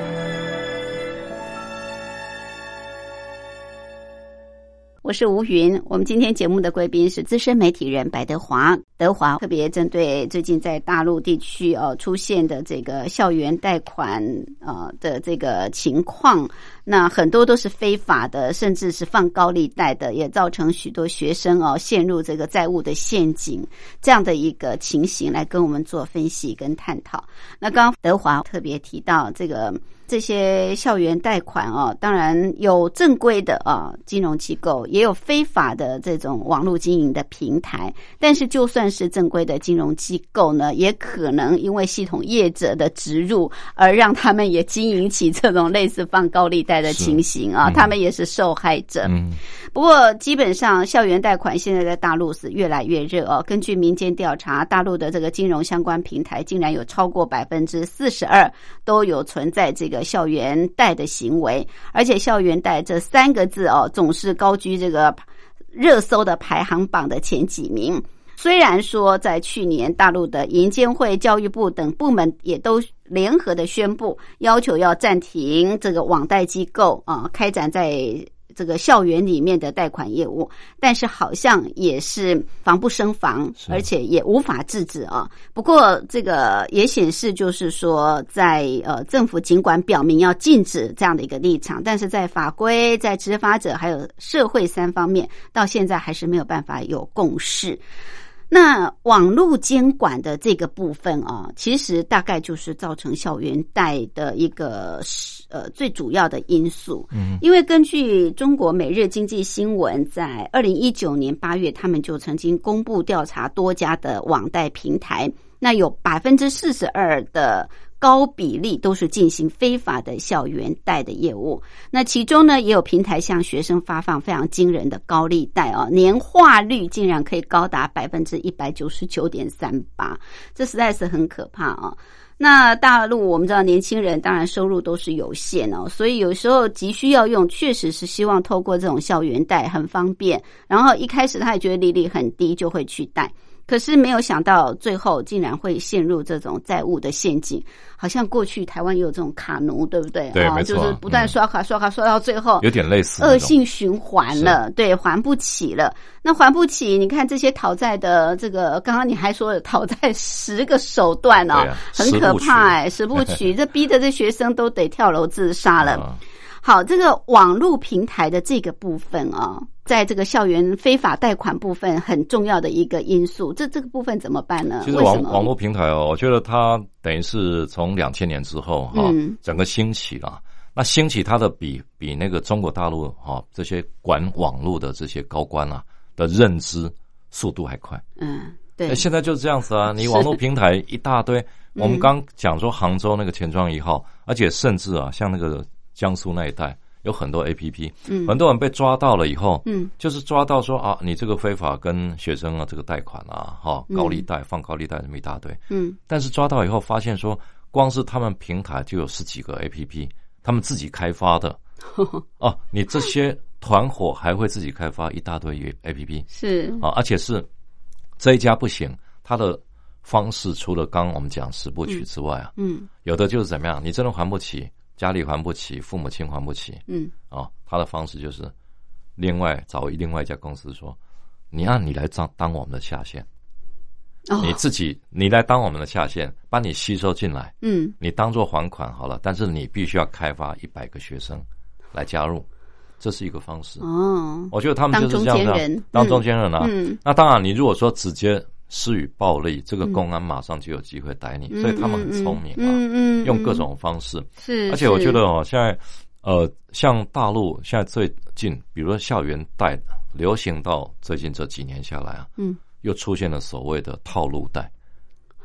我是吴云，我们今天节目的贵宾是资深媒体人白德华。德华特别针对最近在大陆地区呃出现的这个校园贷款呃的这个情况，那很多都是非法的，甚至是放高利贷的，也造成许多学生哦陷入这个债务的陷阱，这样的一个情形来跟我们做分析跟探讨。那刚刚德华特别提到这个这些校园贷款哦，当然有正规的啊金融机构，也有非法的这种网络经营的平台。但是就算是正规的金融机构呢，也可能因为系统业者的植入，而让他们也经营起这种类似放高利贷的情形啊，嗯、他们也是受害者。嗯、不过基本上校园贷款现在在大陆是越来越热哦。根据民间调查，大陆的这个金融相关平台竟然有超过百分之四十二都有存在这个校园贷的行为，而且校园贷这三个字哦，总是高居这个热搜的排行榜的前几名。虽然说在去年大陆的银监会、教育部等部门也都联合的宣布，要求要暂停这个网贷机构啊开展在这个校园里面的贷款业务，但是好像也是防不胜防，而且也无法制止啊。不过这个也显示，就是说在呃政府尽管表明要禁止这样的一个立场，但是在法规、在执法者还有社会三方面，到现在还是没有办法有共识。那网络监管的这个部分啊，其实大概就是造成校园贷的一个呃最主要的因素。嗯，因为根据中国每日经济新闻在二零一九年八月，他们就曾经公布调查多家的网贷平台，那有百分之四十二的高比例都是进行非法的校园贷的业务。那其中呢，也有平台向学生发放非常惊人的高利贷啊，年化率竟然可以高达百分之一百九十九点三八，这实在是很可怕啊。那大陆我们知道年轻人当然收入都是有限哦，所以有时候急需要用，确实是希望透过这种校园贷很方便，然后一开始他也觉得利率很低就会去贷。可是没有想到最后竟然会陷入这种债务的陷阱，好像过去台湾也有这种卡奴，对不对？ 对， 啊、 没错， 就是不断刷卡、嗯、刷卡刷到最后， 有点类似恶性循环了，对，还不起了。那还不起，你看这些讨债的这个，刚刚你还说了讨债十个手段哦，啊、很可怕哎、欸，十部曲，这逼得这学生都得跳楼自杀了。啊好，这个网络平台的这个部分啊，在这个校园非法贷款部分很重要的一个因素，这这个部分怎么办呢？ 其实网网络平台哦，我觉得它等于是从两千年之后哈、嗯，整个兴起了。那兴起它的比比那个中国大陆哈这些管网络的这些高官啊的认知速度还快。嗯，对。现在就是这样子啊，你网络平台一大堆，我们刚讲说杭州那个钱庄一号，而且甚至啊，像那个江苏那一带有很多 A P P， 嗯，很多人被抓到了以后，嗯，就是抓到说啊，你这个非法跟学生啊这个贷款啊，哈，高利贷、放高利贷这么一大堆，嗯，但是抓到以后发现说，光是他们平台就有十几个 A P P， 他们自己开发的，哦，你这些团伙还会自己开发一大堆 A P P， 是啊，而且是这一家不行，他的方式除了刚刚我们讲十部曲之外啊，嗯，有的就是怎么样，你真的还不起。家里还不起，父母亲还不起，嗯，哦，他的方式就是另外找另外一家公司说，你按你来当当我们的下线，哦，你自己你来当我们的下线，把你吸收进来，嗯，你当做还款好了，但是你必须要开发一百个学生来加入，这是一个方式。哦，我觉得他们就是这样子，当中间人啊，嗯，那当然你如果说直接施予暴力，这个公安马上就有机会逮你，嗯，所以他们很聪明啊，嗯嗯，用各种方式。是，而且我觉得哦，现在呃，像大陆现在最近，比如说校园贷流行到最近这几年下来啊，嗯，又出现了所谓的套路贷。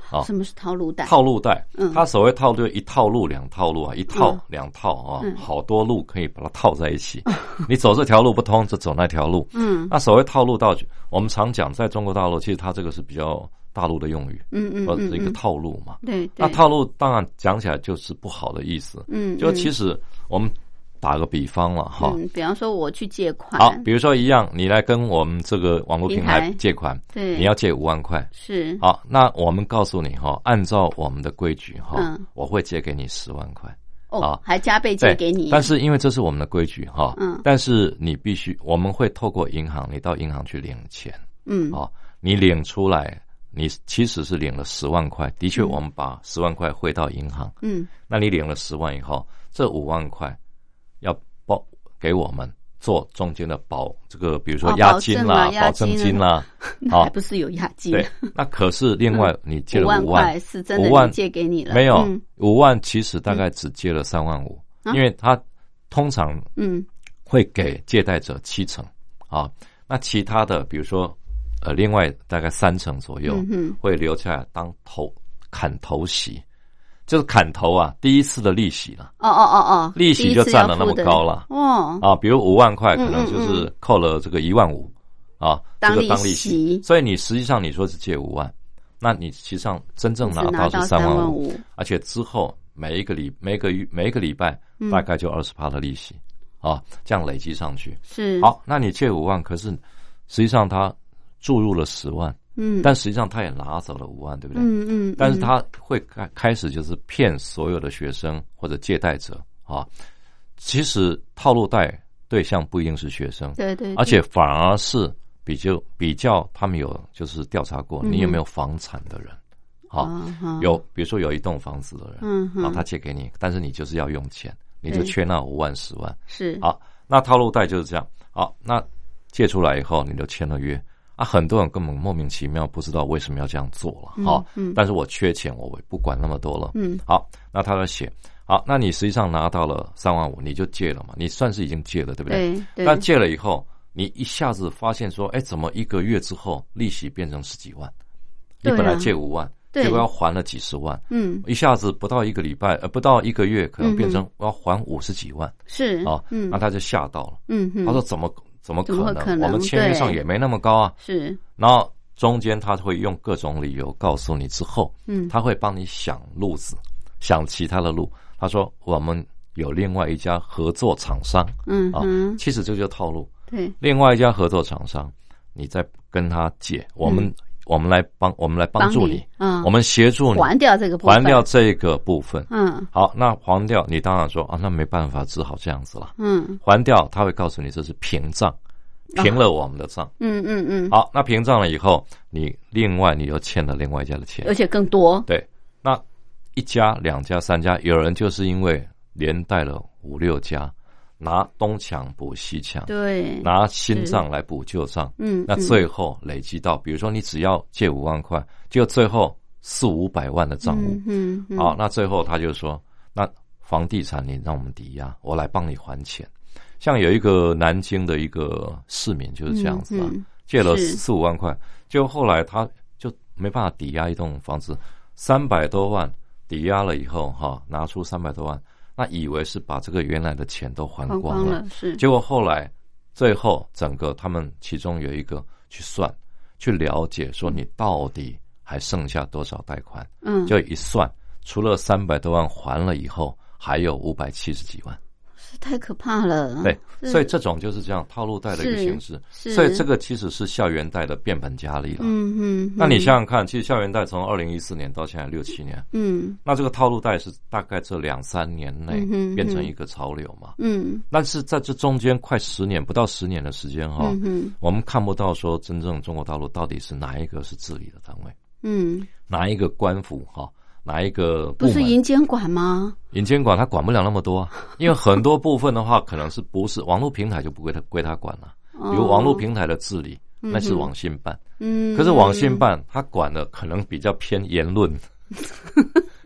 啊。 什么是套路贷？ 套路贷， 嗯， 它所谓套路一套路两套路啊，一套、嗯、两套啊、 嗯， 好多路可以把它套在一起。你走这条路不通，就走那条路。嗯，那所谓套路到，我们常讲在中国大陆，其实它这个是比较大陆的用语， 嗯嗯， 嗯，一个套路嘛。 对， 那套路当然讲起来就是不好的意思。 嗯， 就其实我们打个比方了哈， 嗯，比方说我去借款， 好，比如说一样，你来跟我们这个网络平台借款， 对， 你要借五万块， 是， 好，那我们告诉你哈，按照我们的规矩哈， 嗯， 我会借给你十万块， 哦，还加倍借给你， 但是因为这是我们的规矩哈， 嗯， 但是你必须，我们会透过银行，你到银行去领钱， 嗯， 哦，你领出来，你其实是领了十万块，的确我们把十万块汇到银行， 嗯， 那你领了十万以后，这五万块要报给我们做中间的保，这个比如说押金啦、保证金啦， 那还不是有押金？ 对，那可是另外你借了五万， 五万块是真的你借给你了， 没有五万，其实大概只借了三万五，因为他通常嗯会给借贷者七成啊，那其他的比如说呃另外大概三成左右会留下来当头砍头息。就是砍头啊，第一次的利息了。 哦哦哦哦， 利息就占了那么高了。 哦啊，比如五万块，可能就是扣了这个一万五啊，这个当利息。所以你实际上你说是借五万，那你实际上真正拿到是三万五，而且之后每一个礼每个月每一个礼拜大概就二十趴的利息啊，这样累积上去。 是好，那你借五万，可是实际上他注入了十万。嗯，但实际上他也拿走了五万，对不对？ 嗯嗯。 但是他会开开始就是骗所有的学生或者借贷者啊。其实套路贷对象不一定是学生， 对 对, 对， 而且反而是比较比较他们有就是调查过，嗯、你有没有房产的人，好、嗯，有比如说有一栋房子的人，嗯，好，他借给你，但是你就是要用钱，你就缺那五万十万， 是好，那套路贷就是这样，好，那借出来以后你就签了约。啊，很多人根本莫名其妙，不知道为什么要这样做了，好、嗯嗯，但是我缺钱，我不管那么多了，嗯，好，那他在写，好，那你实际上拿到了三万五，你就借了嘛，你算是已经借了，对不对？ 对对。 那借了以后，你一下子发现说，哎，怎么一个月之后利息变成十几万？你本来借五万，结果要还了几十万，嗯，一下子不到一个礼拜，呃，不到一个月，可能变成要还五十几万， 是啊，嗯，那他就吓到了，嗯，他说怎么？怎么可能？ 可能我们签约上也没那么高啊。 是， 然后中间他会用各种理由告诉你之后，嗯，他会帮你想路子，想其他的路。他说我们有另外一家合作厂商，嗯啊，其实这就套路。 对， 另外一家合作厂商，你再跟他借，我们、嗯、我们来帮我们来帮助你，嗯，我们协助你还掉这个部分， 还掉这个部分， 嗯， 好，那还掉，你当然说啊，那没办法，只好这样子了，嗯，还掉，他会告诉你这是平账。平了我们的账， 嗯嗯嗯， 好，那平账了以后，你另外你又欠了另外一家的钱， 而且更多。 对，那一家、两家、三家，有人就是因为连带了五六家，拿东墙补西墙， 对， 拿新账来补旧账，嗯，那最后累积到，比如说你只要借五万块，就最后四五百万的账务， 嗯 嗯, 嗯， 好，那最后他就说，那房地产你让我们抵押，我来帮你还钱。像有一个南京的一个市民就是这样子啊，嗯嗯、借了四五万块，就后来他就没办法抵押一栋房子，三百多万抵押了以后哈，拿出三百多万，那以为是把这个原来的钱都还光了， 光了是， 结果后来最后整个他们其中有一个去算，去了解说你到底还剩下多少贷款，嗯，就一算，除了三百多万还了以后，还有五百七十几万。 太可怕了。 对，所以这种就是这样套路贷的一个形式。所以这个其实是校园贷的变本加厉了。嗯嗯。那你想想看，其实校园贷从二零一四年到现在六七年，嗯，那这个套路贷是大概这两三年内变成一个潮流嘛。嗯。但是在这中间快十年不到十年的时间哈，嗯，我们看不到说真正中国大陆到底是哪一个是治理的单位，嗯，哪一个官府哈。哪一个部门？ 不是银监管吗？ 银监管他管不了那么多啊，因为很多部分的话，可能是不是网络平台就不归他归他管了。比如网络平台的治理，哦、那是网信办。嗯，可是网信办他管的可能比较偏言论，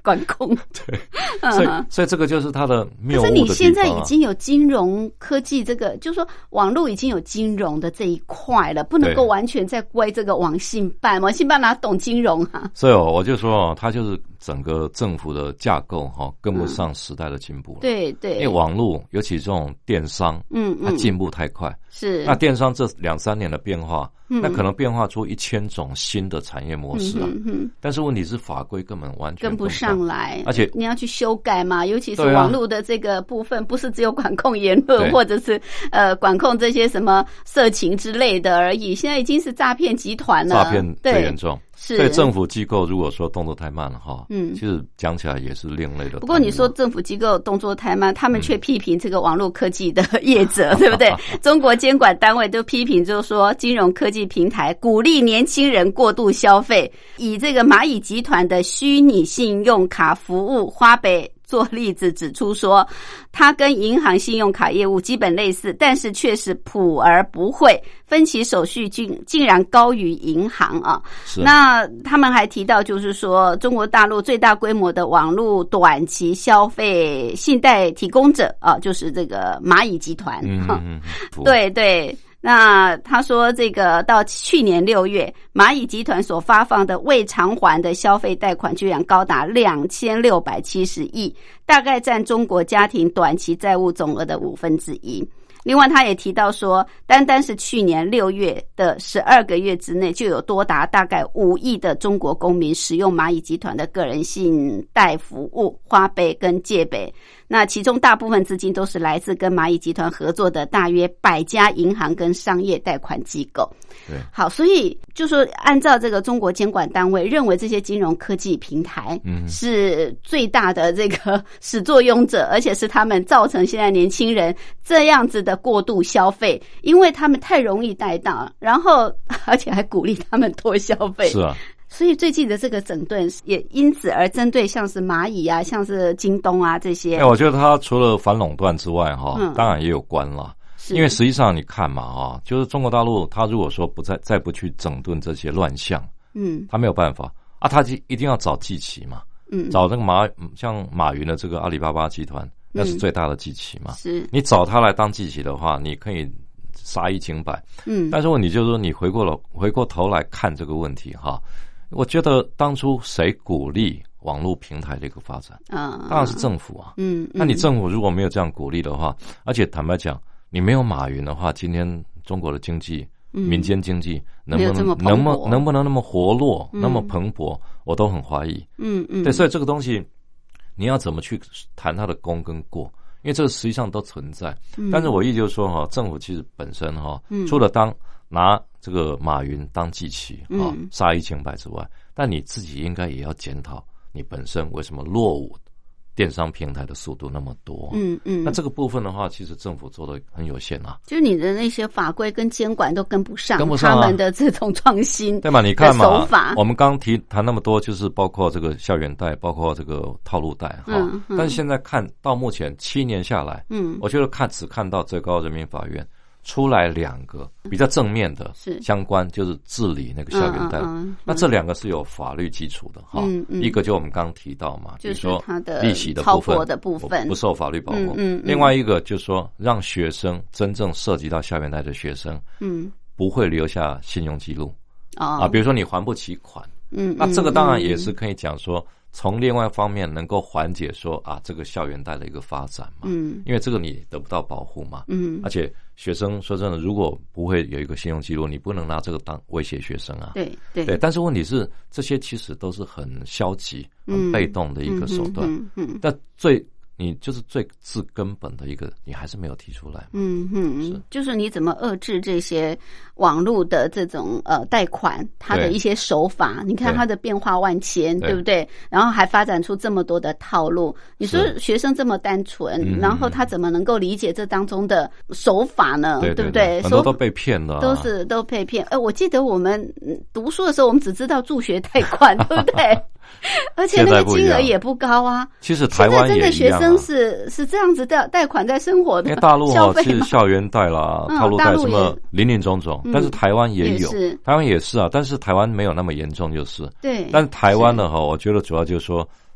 管控。 对，所以所以这个就是它的谬误的地方、啊。 可是你现在已经有金融科技这个，就是说网络已经有金融的这一块了，不能够完全再归这个网信办，网信办哪懂金融啊？ 所以哦，我就说哦，它就是整个政府的架构哈、哦，跟不上时代的进步了、嗯。对对，因为网络尤其这种电商，嗯嗯，它进步太快。是，那电商这两三年的变化，嗯、那可能变化出一千种新的产业模式啊。嗯嗯、但是问题是法规根本完全跟不上来， 而且你要去修改嘛，尤其是网络的这个部分，不是只有管控言论，或者是呃管控这些什么色情之类的而已。现在已经是诈骗集团了， 诈骗最严重。是，所以政府机构如果说动作太慢了哈，嗯，其实讲起来也是另类的。 不过你说政府机构动作太慢，他们却批评这个网络科技的业者，嗯、对不对？中国监管单位都批评，就是说金融科技平台鼓励年轻人过度消费，以这个蚂蚁集团的虚拟信用卡服务花呗做例子，指出说，它跟银行信用卡业务基本类似，但是却是普而不惠，分期手续竟竟然高于银行啊。那他们还提到，就是说，中国大陆最大规模的网络短期消费信贷提供者啊，就是这个蚂蚁集团。嗯嗯，对对。那他说，这个到去年六月，蚂蚁集团所发放的未偿还的消费贷款居然高达两千六百七十亿，大概占中国家庭短期债务总额的五分之一。另外，他也提到说，单单是去年六月的十二个月之内，就有多达大概五亿的中国公民使用蚂蚁集团的个人信贷服务花呗跟借呗。那其中大部分资金都是来自跟蚂蚁集团合作的大约百家银行跟商业贷款机构。对，好，所以就说按照这个中国监管单位认为，这些金融科技平台是最大的这个始作俑者，而且是他们造成现在年轻人这样子的过度消费，因为他们太容易贷到，然后而且还鼓励他们多消费。是啊。所以最近的这个整顿也因此而针对像是蚂蚁啊，像是京东啊这些。 我觉得它除了反垄断之外哈、嗯，当然也有关了。因为实际上你看嘛啊，就是中国大陆它如果说不再再不去整顿这些乱象，嗯，它没有办法啊，它就一定要找祭旗嘛，嗯，找那个马像马云的这个阿里巴巴集团，那是最大的祭旗嘛，是、嗯、你找他来当祭旗的话，你可以杀一儆百，嗯，但是问题就是说你回过了回过头来看这个问题哈。我觉得当初谁鼓励网络平台的一个发展？啊，当然是政府啊。嗯，那你政府如果没有这样鼓励的话，而且坦白讲，你没有马云的话，今天中国的经济、嗯、民间经济能不能能不能不能那么活络、嗯、那么蓬勃，我都很怀疑。嗯嗯，对，所以这个东西你要怎么去谈它的功跟过？因为这个实际上都存在。嗯、但是我意思就是说哈，政府其实本身哈，嗯、除了当拿这个马云当祭旗啊，杀一儆百之外，但你自己应该也要检讨你本身为什么落伍电商平台的速度那么多。嗯嗯，那这个部分的话，其实政府做的很有限啊， 就是你的那些法规跟监管都跟不上，跟不上、啊、他们的这种创新， 对嘛？你看嘛，我们刚提谈那么多，就是包括这个校园贷，包括这个套路贷哈、嗯嗯。但是现在看到目前七年下来，嗯，我觉得看只看到最高人民法院出来两个比较正面的相关，就是治理那个校园贷、嗯嗯嗯、那这两个是有法律基础的哈、嗯嗯。一个就我们刚提到嘛，就是说利息的部分的部分不受法律保护、嗯嗯、另外一个就是说让学生真正涉及到校园贷的学生嗯，不会留下信用记录、哦、啊，比如说你还不起款嗯，那这个当然也是可以讲说从另外一方面能够缓解说啊这个校园贷的一个发展嘛，嗯，因为这个你得不到保护嘛，嗯，而且学生说真的，如果不会有一个信用记录，你不能拿这个当威胁学生啊，对对对，但是问题是这些其实都是很消极、很被动的一个手段，嗯嗯，但最你就是最最根本的一个，你还是没有提出来。 嗯嗯，是就是你怎么遏制这些网络的这种呃贷款，它的一些手法，你看它的变化万千， 对, 对不对？然后还发展出这么多的套路。你说学生这么单纯，然后他怎么能够理解这当中的手法呢？对, 对, 对不对？ 很多都被骗了、啊， 都是都被骗。呃，我记得我们读书的时候，我们只知道助学贷款，对不对？而且那个金额也不高啊。 其实台湾也一样、啊、现在真的学生是是这样子贷贷款在生活的， 因为大陆哦是校园贷啦、套路贷什么林林总总、嗯，但是台湾也有，也台湾也是啊，但是台湾没有那么严重，就是对。但是台湾的哈，我觉得主要就是说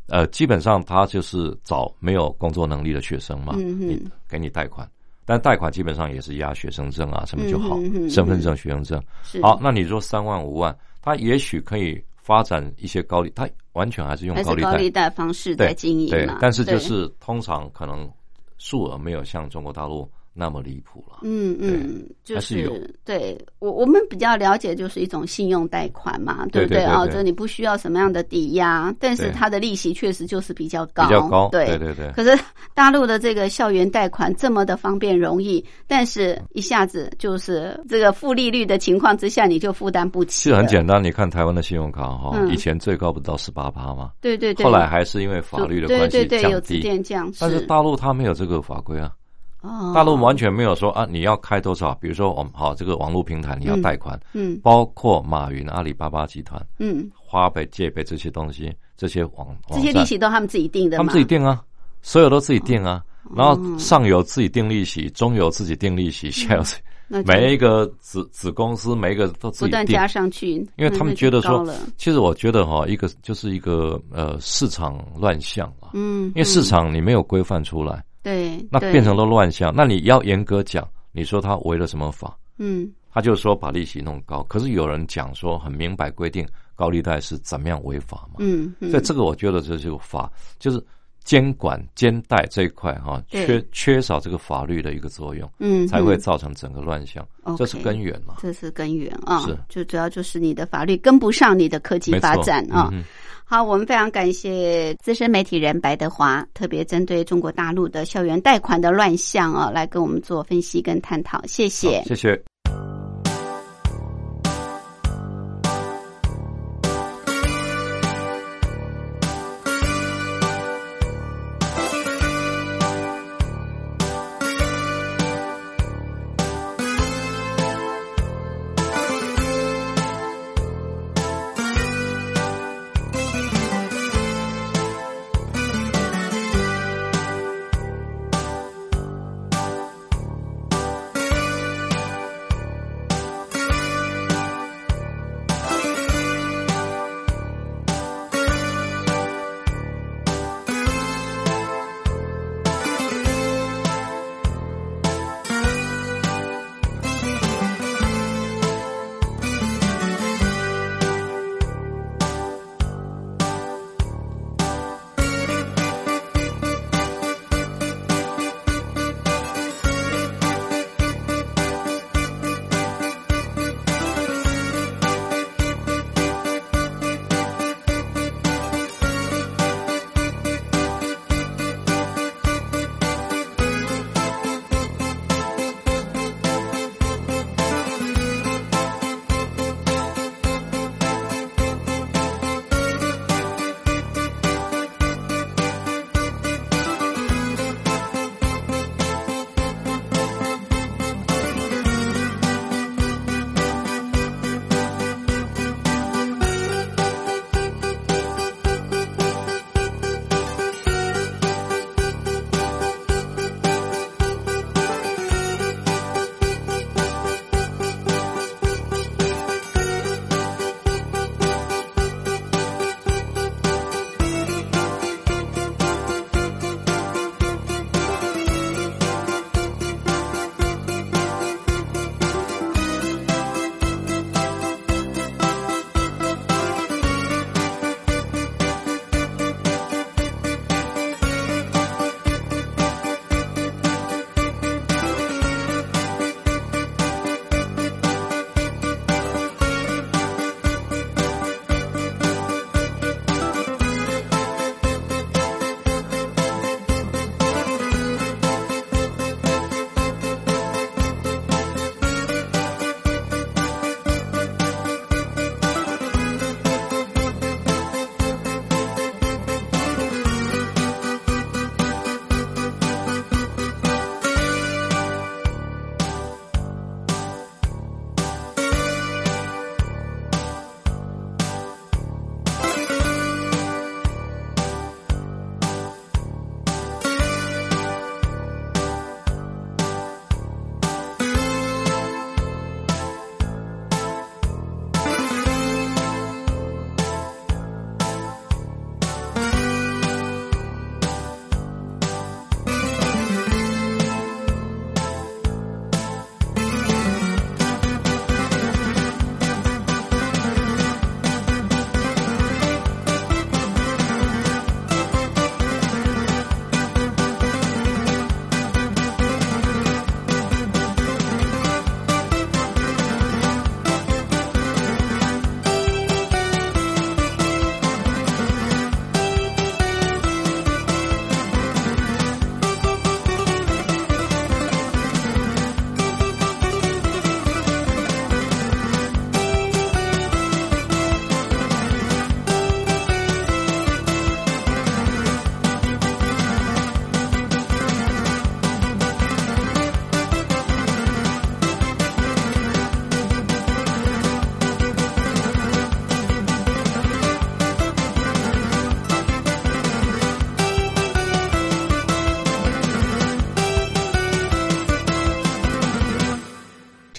呃，基本上他就是找没有工作能力的学生嘛， 嗯嗯， 你给你贷款，但贷款基本上也是押学生证啊什么就好， 嗯哼嗯哼身份证、学生证。好，那你说三万五万，他也许可以发展一些高利，他完全还是用高利贷， 还是高利贷方式在经营对， 嘛， 对，但是就是通常可能数额没有像中国大陆那么离谱了。 嗯嗯，就还是有对我我们比较了解，就是一种信用贷款嘛，对不对啊？就你不需要什么样的抵押，但是它的利息确实就是比较高， 比较高， 对对对对。 可是大陆的这个校园贷款这么的方便容易，但是一下子就是这个负利率的情况之下，你就负担不起。 是很简单，你看台湾的信用卡哈、 嗯， 以前最高不到十八趴吗？ 对对对。 后来还是因为法律的关系对对对， 降低， 有直电降， 但是大陆它没有这个法规啊。 哦， 大陆完全没有说啊，你要开多少？比如说，我们好这个网络平台你要贷款， 嗯， 包括马云、阿里巴巴集团， 嗯， 花呗、借呗这些东西，这些网这些利息都他们自己定的吗？ 他们自己定啊，所有都自己定啊。哦、然后上游自己定利息，中游自己定利息，下游自己、嗯、每一个子子公司每一个都自己定，不断加上去， 因为他们觉得说，其实我觉得哈，一个就是一个呃市场乱象啊， 嗯， 因为市场你没有规范出来。 对， 那变成了乱象。那你要严格讲，你说他违了什么法？ 嗯， 他就说把利息弄高。可是有人讲说很明白规定高利贷是怎么样违法嘛？ 嗯，嗯所以这个我觉得这就是法，就是监管监贷这一块哈，缺缺少这个法律的一个作用， 嗯， 才会造成整个乱象。 嗯、 这是根源嘛？ 这是根源啊， 是， 就主要就是你的法律跟不上你的科技发展啊。 嗯好，我们非常感谢资深媒体人白德华，特别针对中国大陆的校园贷款的乱象啊，来跟我们做分析跟探讨。谢谢， 谢谢。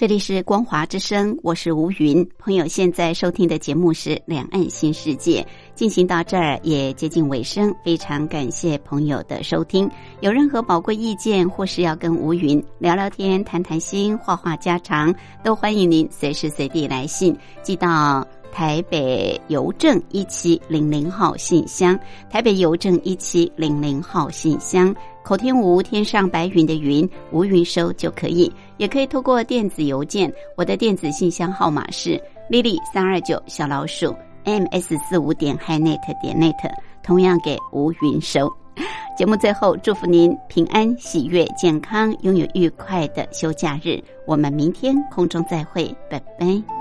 这里是光华之声，我是吴云。朋友现在收听的节目是《两岸新世界》，进行到这儿也接近尾声，非常感谢朋友的收听。有任何宝贵意见，或是要跟吴云聊聊天、谈谈心、话话家常，都欢迎您随时随地来信寄到台北邮政一七零零号信箱，台北邮政一七零零号信箱，口天吴天上白云的云，吴云收就可以，也可以透过电子邮件，我的电子信箱号码是 lily 三二九小老鼠 m s 四五点 hinet 点 net， 同样给吴云收。节目最后祝福您平安喜悦健康，拥有愉快的休假日。我们明天空中再会，拜拜。